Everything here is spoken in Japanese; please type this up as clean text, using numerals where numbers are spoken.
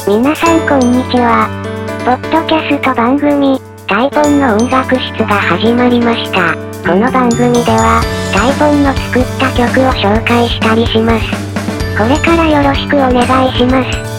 皆さんこんにちは。ポッドキャスト番組、タイポンの音楽室が始まりました。この番組では、タイポンの作った曲を紹介したりします。これからよろしくお願いします。